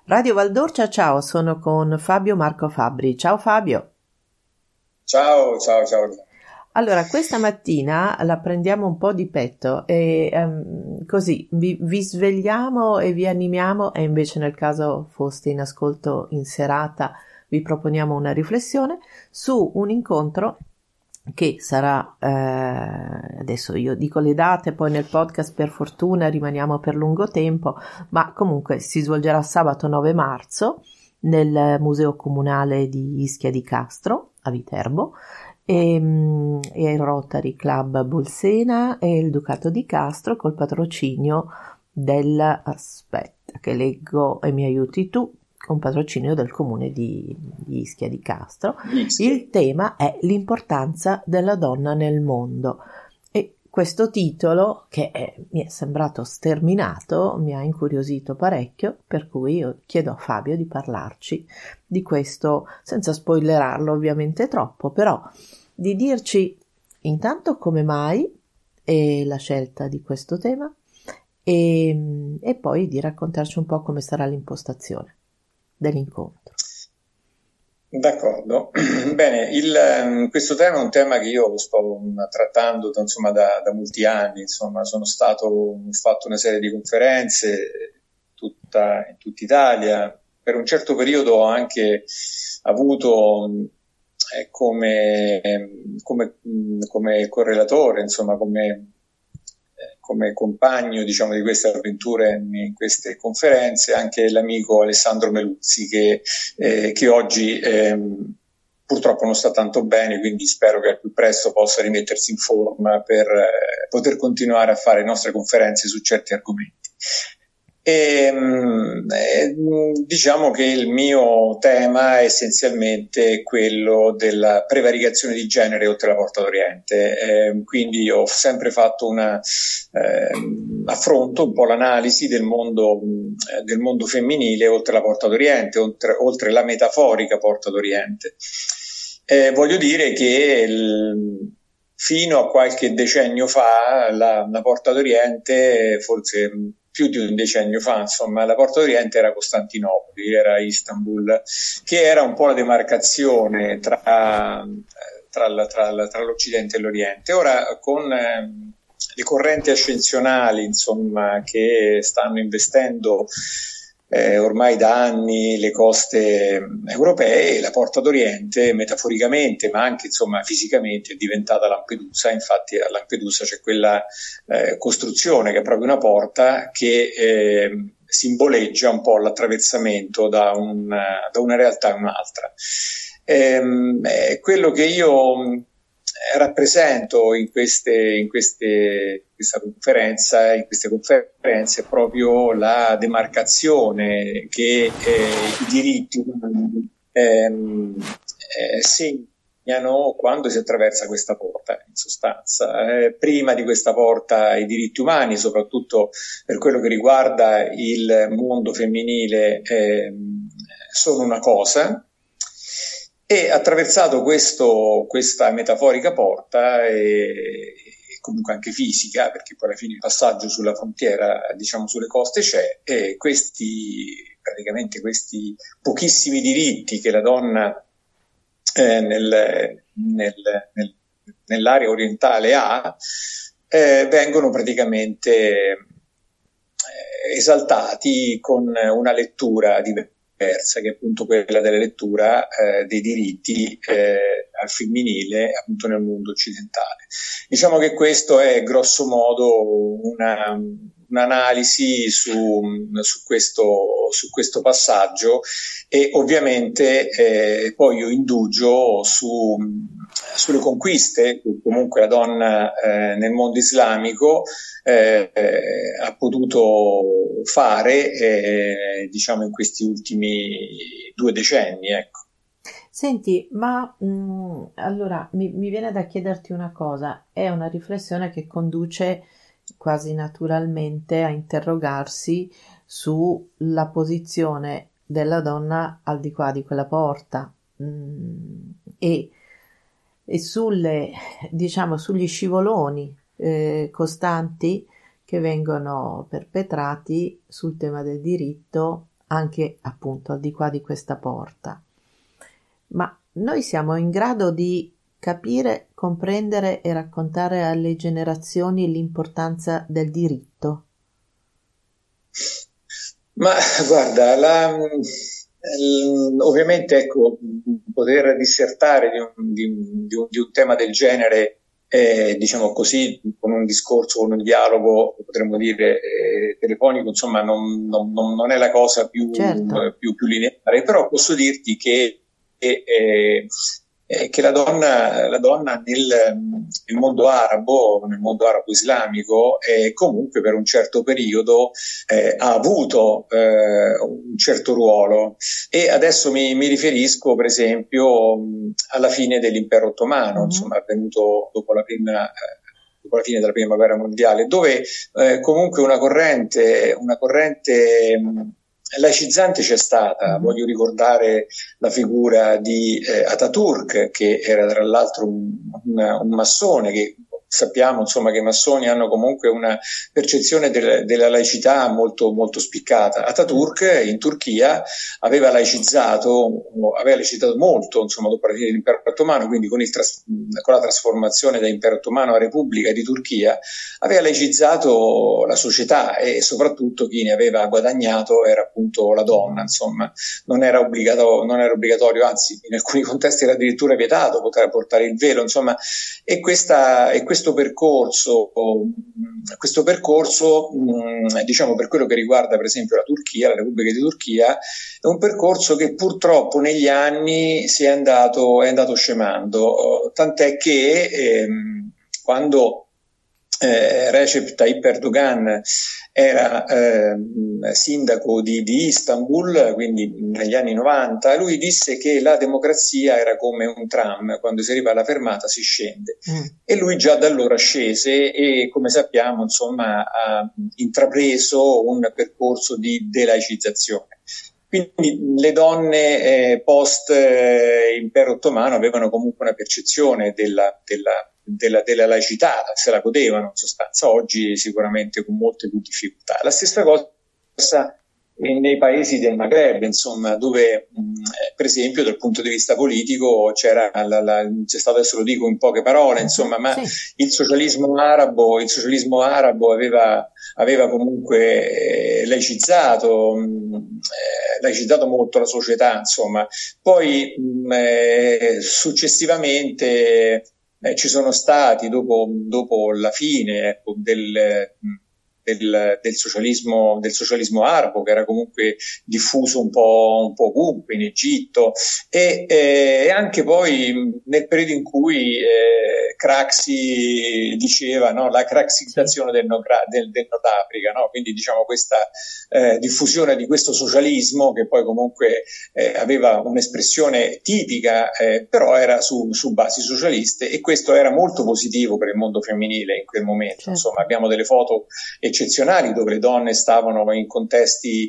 Radio Valdorcia, ciao, sono con Fabio Marco Fabbri. Ciao Fabio. Ciao, ciao, ciao. Allora, questa mattina la prendiamo un po' di petto e così vi svegliamo e vi animiamo e invece nel caso foste in ascolto in serata vi proponiamo una riflessione su un incontro che sarà, adesso io dico le date, poi nel podcast per fortuna rimaniamo per lungo tempo, ma comunque si svolgerà sabato 9 marzo nel Museo Comunale di Ischia di Castro a Viterbo e il Rotary Club Bolsena e il Ducato di Castro col patrocinio aspetta che leggo e mi aiuti tu, con patrocinio del comune di Ischia di Castro. Mischia. Il tema è l'importanza della donna nel mondo e questo titolo, mi è sembrato sterminato, mi ha incuriosito parecchio, per cui io chiedo a Fabio di parlarci di questo, senza spoilerarlo ovviamente troppo, però di dirci intanto come mai e la scelta di questo tema e poi di raccontarci un po' come sarà l'impostazione dell'incontro. D'accordo. Bene, questo tema è un tema che io sto trattando da molti anni. Insomma, ho fatto una serie di conferenze in tutta Italia. Per un certo periodo ho anche avuto come correlatore, insomma, come compagno, diciamo, di queste avventure in queste conferenze, anche l'amico Alessandro Meluzzi, che oggi purtroppo non sta tanto bene, quindi spero che al più presto possa rimettersi in forma per poter continuare a fare le nostre conferenze su certi argomenti. Diciamo che il mio tema è essenzialmente quello della prevaricazione di genere oltre la Porta d'Oriente, quindi ho sempre fatto affronto un po' l'analisi del mondo femminile oltre la Porta d'Oriente, oltre la metaforica Porta d'Oriente. Voglio dire che fino a qualche decennio fa la Porta d'Oriente, forse più di un decennio fa, insomma, la Porta d'Oriente era Costantinopoli, era Istanbul, che era un po' la demarcazione tra l'Occidente e l'Oriente. Ora, con le correnti ascensionali, insomma, che stanno investendo ormai da anni le coste europee, la Porta d'Oriente metaforicamente ma anche insomma fisicamente è diventata Lampedusa. Infatti a Lampedusa c'è quella costruzione che è proprio una porta che simboleggia un po' l'attraversamento da una realtà a un'altra. Quello che io rappresento in queste conferenze è proprio la demarcazione che i diritti segnano quando si attraversa questa porta, in sostanza. Prima di questa porta i diritti umani, soprattutto per quello che riguarda il mondo femminile, sono una cosa. E attraversato questa metaforica porta e comunque anche fisica, perché poi alla fine il passaggio sulla frontiera, diciamo sulle coste c'è, e questi pochissimi diritti che la donna nell'area orientale ha, vengono praticamente esaltati con una lettura diversa, che è appunto quella della lettura dei diritti al femminile appunto nel mondo occidentale. Diciamo che questo è grosso modo un'analisi su questo passaggio, e ovviamente poi io indugio sulle conquiste che comunque la donna nel mondo islamico ha potuto fare diciamo in questi ultimi 2 decenni, ecco. Senti, ma allora mi viene da chiederti una cosa, è una riflessione che conduce quasi naturalmente a interrogarsi sulla posizione della donna al di qua di quella porta e diciamo, sugli scivoloni costanti che vengono perpetrati sul tema del diritto anche appunto al di qua di questa porta. Ma noi siamo in grado di capire, comprendere e raccontare alle generazioni l'importanza del diritto? Ma guarda, ovviamente ecco, poter dissertare di un tema del genere, diciamo così, con un discorso, con un dialogo, potremmo dire, telefonico, insomma, non è la cosa Certo. più lineare, però posso dirti che la donna nel mondo arabo islamico, comunque per un certo periodo ha avuto un certo ruolo. E adesso mi riferisco per esempio alla fine dell'impero ottomano, insomma avvenuto dopo la fine della prima guerra mondiale, dove comunque una corrente laicizzante c'è stata. Voglio ricordare la figura di Ataturk, che era tra l'altro un massone, che sappiamo insomma che i massoni hanno comunque una percezione della laicità molto, molto spiccata. Ataturk in Turchia aveva laicizzato molto, insomma, dopo la fine dell'impero ottomano, quindi con la trasformazione da impero ottomano a Repubblica di Turchia, aveva laicizzato la società, e soprattutto chi ne aveva guadagnato era appunto la donna, insomma. Non era obbligatorio, anzi in alcuni contesti era addirittura vietato poter portare il velo, insomma. E questo percorso, diciamo, per quello che riguarda per esempio la Turchia, la Repubblica di Turchia, è un percorso che purtroppo negli anni è andato scemando, tant'è che quando Recep Tayyip Erdogan era sindaco di Istanbul, quindi negli anni 90, lui disse che la democrazia era come un tram: quando si arriva alla fermata si scende. E lui già da allora scese e, come sappiamo, insomma, ha intrapreso un percorso di delaicizzazione. Quindi le donne post impero ottomano avevano comunque una percezione della laicità, se la godevano in sostanza. Oggi sicuramente con molte più difficoltà. La stessa cosa nei paesi del Maghreb, insomma, dove per esempio dal punto di vista politico c'è stato, adesso lo dico in poche parole, insomma, ma il socialismo arabo aveva comunque laicizzato molto la società, insomma. Poi successivamente ci sono stati, dopo la fine, ecco, del socialismo arabo, che era comunque diffuso un po' ovunque, in Egitto, e anche poi nel periodo in cui Craxi diceva, no, la craxizzazione del Nord Africa, no? Quindi diciamo questa diffusione di questo socialismo, che poi comunque aveva un'espressione tipica, però era su basi socialiste, e questo era molto positivo per il mondo femminile in quel momento. Certo. Insomma, abbiamo delle foto eccezionali dove le donne stavano in contesti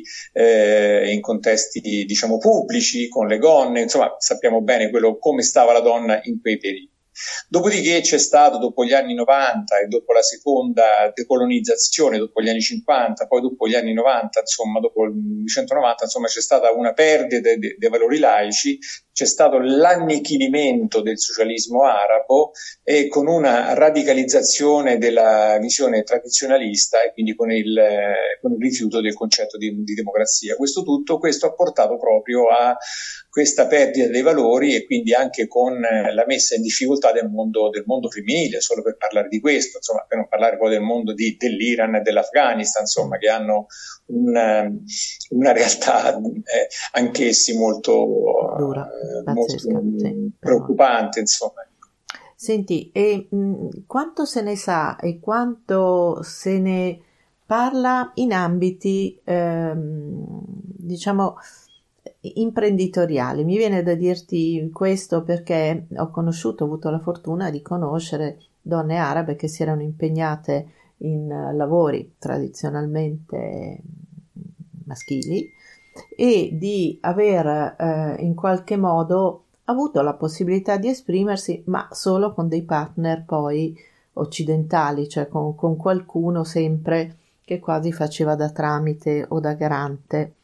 diciamo pubblici con le gonne, insomma sappiamo bene come stava la donna in quei periodi. Dopodiché c'è stato, dopo gli anni 90 e dopo la seconda decolonizzazione, dopo gli anni 50, poi dopo gli anni 90, insomma dopo il 1990, insomma c'è stata una perdita dei valori laici, c'è stato l'annichilimento del socialismo arabo, e con una radicalizzazione della visione tradizionalista, e quindi con il rifiuto del concetto di democrazia. Questo ha portato proprio a questa perdita dei valori, e quindi anche con la messa in difficoltà del mondo femminile, solo per parlare di questo, insomma, per non parlare poi del mondo dell'Iran e dell'Afghanistan, insomma, che hanno una realtà anch'essi molto dura, molto preoccupante, insomma. Senti, e quanto se ne sa e quanto se ne parla in ambiti, diciamo, imprenditoriali? Mi viene da dirti questo perché ho avuto la fortuna di conoscere donne arabe che si erano impegnate in lavori tradizionalmente maschili, e di aver in qualche modo avuto la possibilità di esprimersi, ma solo con dei partner poi occidentali, cioè con qualcuno sempre che quasi faceva da tramite o da garante.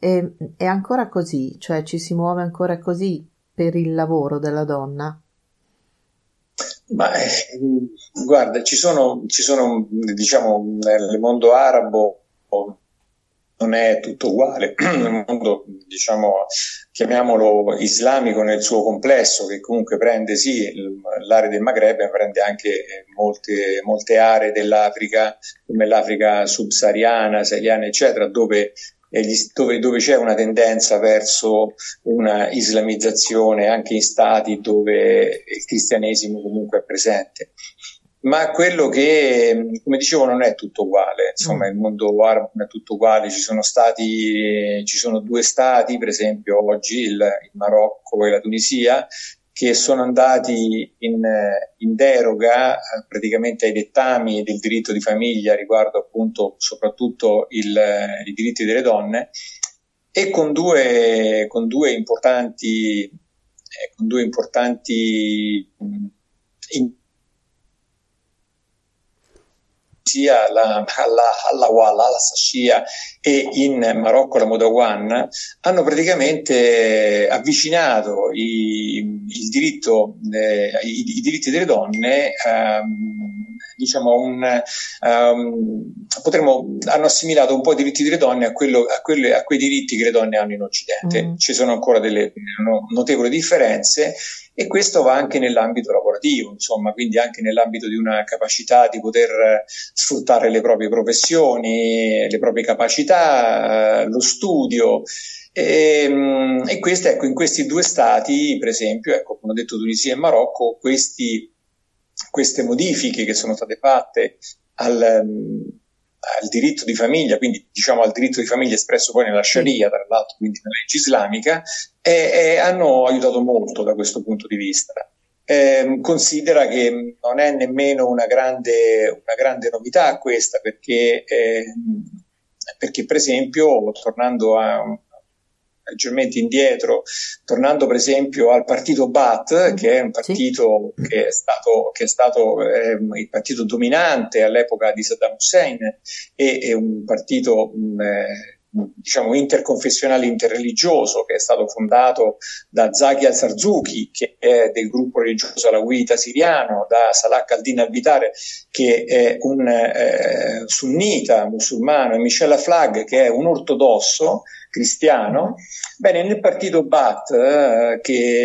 è ancora così, cioè ci si muove ancora così per il lavoro della donna? Ma guarda, diciamo, nel mondo arabo non è tutto uguale, nel mondo, diciamo, chiamiamolo islamico nel suo complesso, che comunque prende sì l'area del Maghreb, ma prende anche molte aree dell'Africa, come l'Africa subsahariana, sahariana, eccetera, dove c'è una tendenza verso una islamizzazione anche in stati dove il cristianesimo comunque è presente. Ma quello che, come dicevo, non è tutto uguale, insomma, il mondo arabo non è tutto uguale, ci sono due stati, per esempio oggi il Marocco e la Tunisia, che sono andati in deroga praticamente ai dettami del diritto di famiglia riguardo appunto soprattutto i diritti delle donne, e con due importanti sia la Hallawala, la Sashia, e in Marocco la Modawan, hanno praticamente avvicinato i diritti delle donne, diciamo hanno assimilato un po' i diritti delle donne a quei diritti che le donne hanno in Occidente. Ci sono ancora delle notevoli differenze, e questo va anche nell'ambito lavorativo, insomma, quindi anche nell'ambito di una capacità di poter sfruttare le proprie professioni, le proprie capacità, lo studio. E questo, ecco, in questi due stati, per esempio, ecco, come ho detto, Tunisia e Marocco, queste modifiche che sono state fatte al diritto di famiglia, quindi diciamo al diritto di famiglia espresso poi nella Sharia, tra l'altro, quindi nella legge islamica, hanno aiutato molto da questo punto di vista. Considera che non è nemmeno una grande novità questa, perché per esempio, tornando leggermente indietro, tornando per esempio al partito Ba'ath, che è un partito che è stato il partito dominante all'epoca di Saddam Hussein, e un partito diciamo interconfessionale, interreligioso, che è stato fondato da Zaki al-Zarzuki, che è del gruppo religioso alawita siriano, da Salah al-Din al-Bitare, che è un sunnita musulmano, e Michel Aflag, che è un ortodosso cristiano. Bene, nel partito Ba'ath,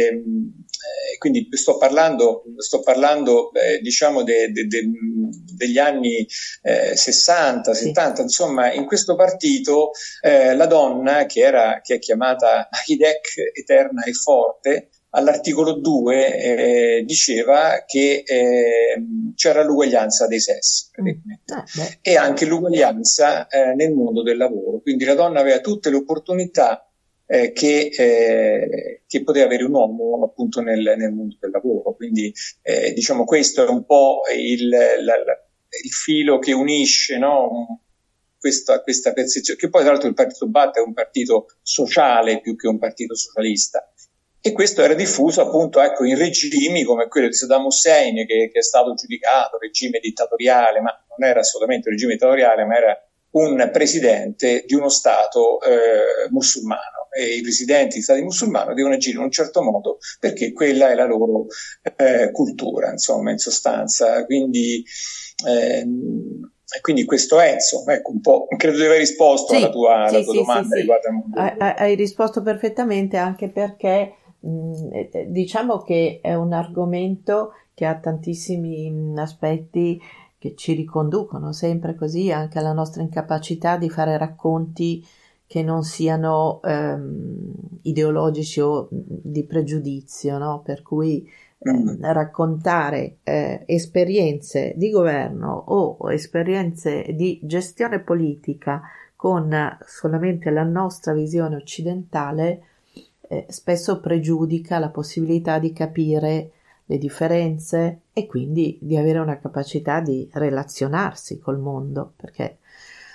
quindi sto parlando diciamo degli anni 60, 70, insomma, in questo partito la donna, che è chiamata Hidek, eterna e forte, all'articolo 2 diceva che c'era l'uguaglianza dei sessi, e anche l'uguaglianza nel mondo del lavoro, quindi la donna aveva tutte le opportunità che poteva avere un uomo appunto nel mondo del lavoro. Quindi diciamo questo è un po' il filo che unisce, no? questa percezione, che poi tra l'altro il partito Ba'ath è un partito sociale più che un partito socialista, e questo era diffuso appunto, ecco, in regimi come quello di Saddam Hussein, che è stato giudicato regime dittatoriale, ma non era assolutamente un regime dittatoriale, ma era un presidente di uno stato musulmano, e i presidenti di stati musulmani devono agire in un certo modo perché quella è la loro cultura, insomma, in sostanza. Quindi questo è, insomma, ecco, un po', credo di aver risposto alla tua domanda riguardo al mondo. Hai risposto perfettamente, anche perché diciamo che è un argomento che ha tantissimi aspetti che ci riconducono sempre così anche alla nostra incapacità di fare racconti che non siano ideologici o di pregiudizio, no? Per cui raccontare esperienze di governo o esperienze di gestione politica con solamente la nostra visione occidentale spesso pregiudica la possibilità di capire le differenze e quindi di avere una capacità di relazionarsi col mondo, perché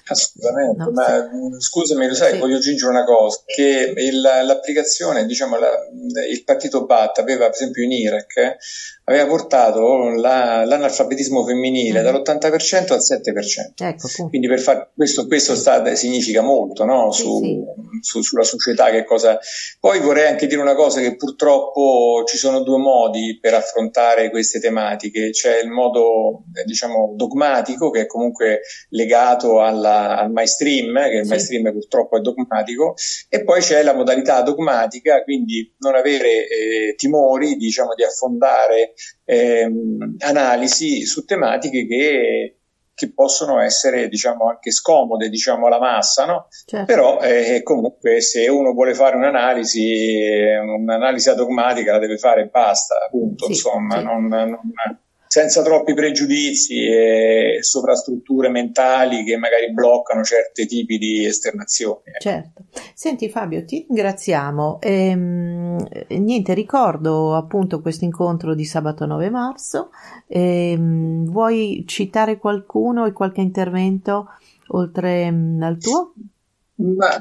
Assolutamente, No? ma scusami, lo sai, Sì. voglio aggiungere una cosa, che l'applicazione, diciamo, il partito Baath aveva, per esempio in Iraq, aveva portato l'analfabetismo femminile Mhm. dall'80% al 7%. Ecco, appunto. Quindi per far, questo significa molto, no? Sì, sì, Sulla società che cosa. Poi vorrei anche dire una cosa, che purtroppo ci sono due modi per affrontare queste tematiche. C'è il modo, diciamo, dogmatico, che è comunque legato al mainstream, che il sì, mainstream purtroppo è dogmatico, e poi c'è la modalità dogmatica, quindi non avere timori, diciamo, di affondare analisi su tematiche che possono essere, diciamo, anche scomode, diciamo, alla massa, no? certo, Però comunque se uno vuole fare un'analisi dogmatica la deve fare e basta, appunto, sì, insomma, sì. senza troppi pregiudizi e sovrastrutture mentali che magari bloccano certi tipi di esternazioni. Certo. Senti Fabio, ti ringraziamo. Niente, ricordo appunto questo incontro di sabato 9 marzo. Vuoi citare qualcuno e qualche intervento oltre al tuo? Ma,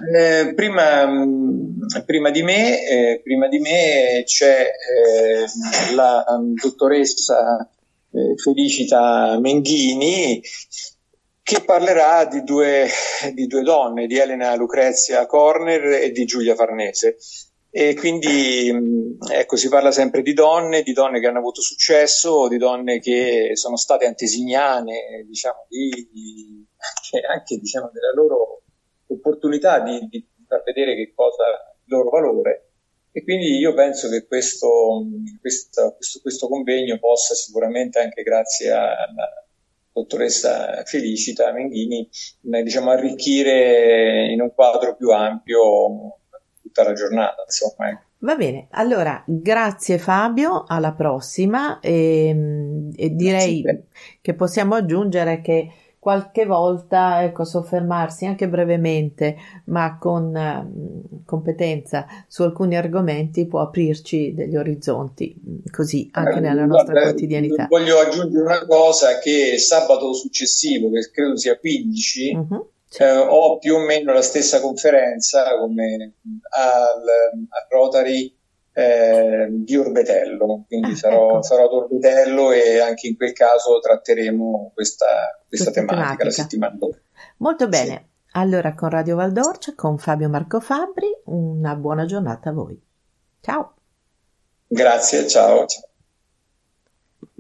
prima di me c'è la dottoressa Felicita Menghini, che parlerà di due donne, di Elena Lucrezia Corner e di Giulia Farnese. E quindi ecco, si parla sempre di donne che hanno avuto successo, di donne che sono state antesignane, diciamo, anche diciamo, della loro opportunità di far vedere che cosa è il loro valore. E quindi io penso che questo convegno possa sicuramente, anche grazie alla dottoressa Felicita Menghini, diciamo, arricchire in un quadro più ampio tutta la giornata, insomma. Va bene, allora grazie Fabio, alla prossima e direi che possiamo aggiungere che qualche volta, ecco, soffermarsi anche brevemente, ma con competenza su alcuni argomenti può aprirci degli orizzonti, così anche nella nostra Guarda, quotidianità. voglio aggiungere una cosa, che sabato successivo, che credo sia 15, Mhm, sì. ho più o meno la stessa conferenza come al Rotary di Orbetello, quindi Ecco, sarò ad Orbetello e anche in quel caso tratteremo questa questa tematica la tematica. settimana dopo. Molto Sì. bene. Allora, con Radio Valdorcia, con Fabio Marco Fabbri, una buona giornata a voi. Ciao! Grazie, ciao.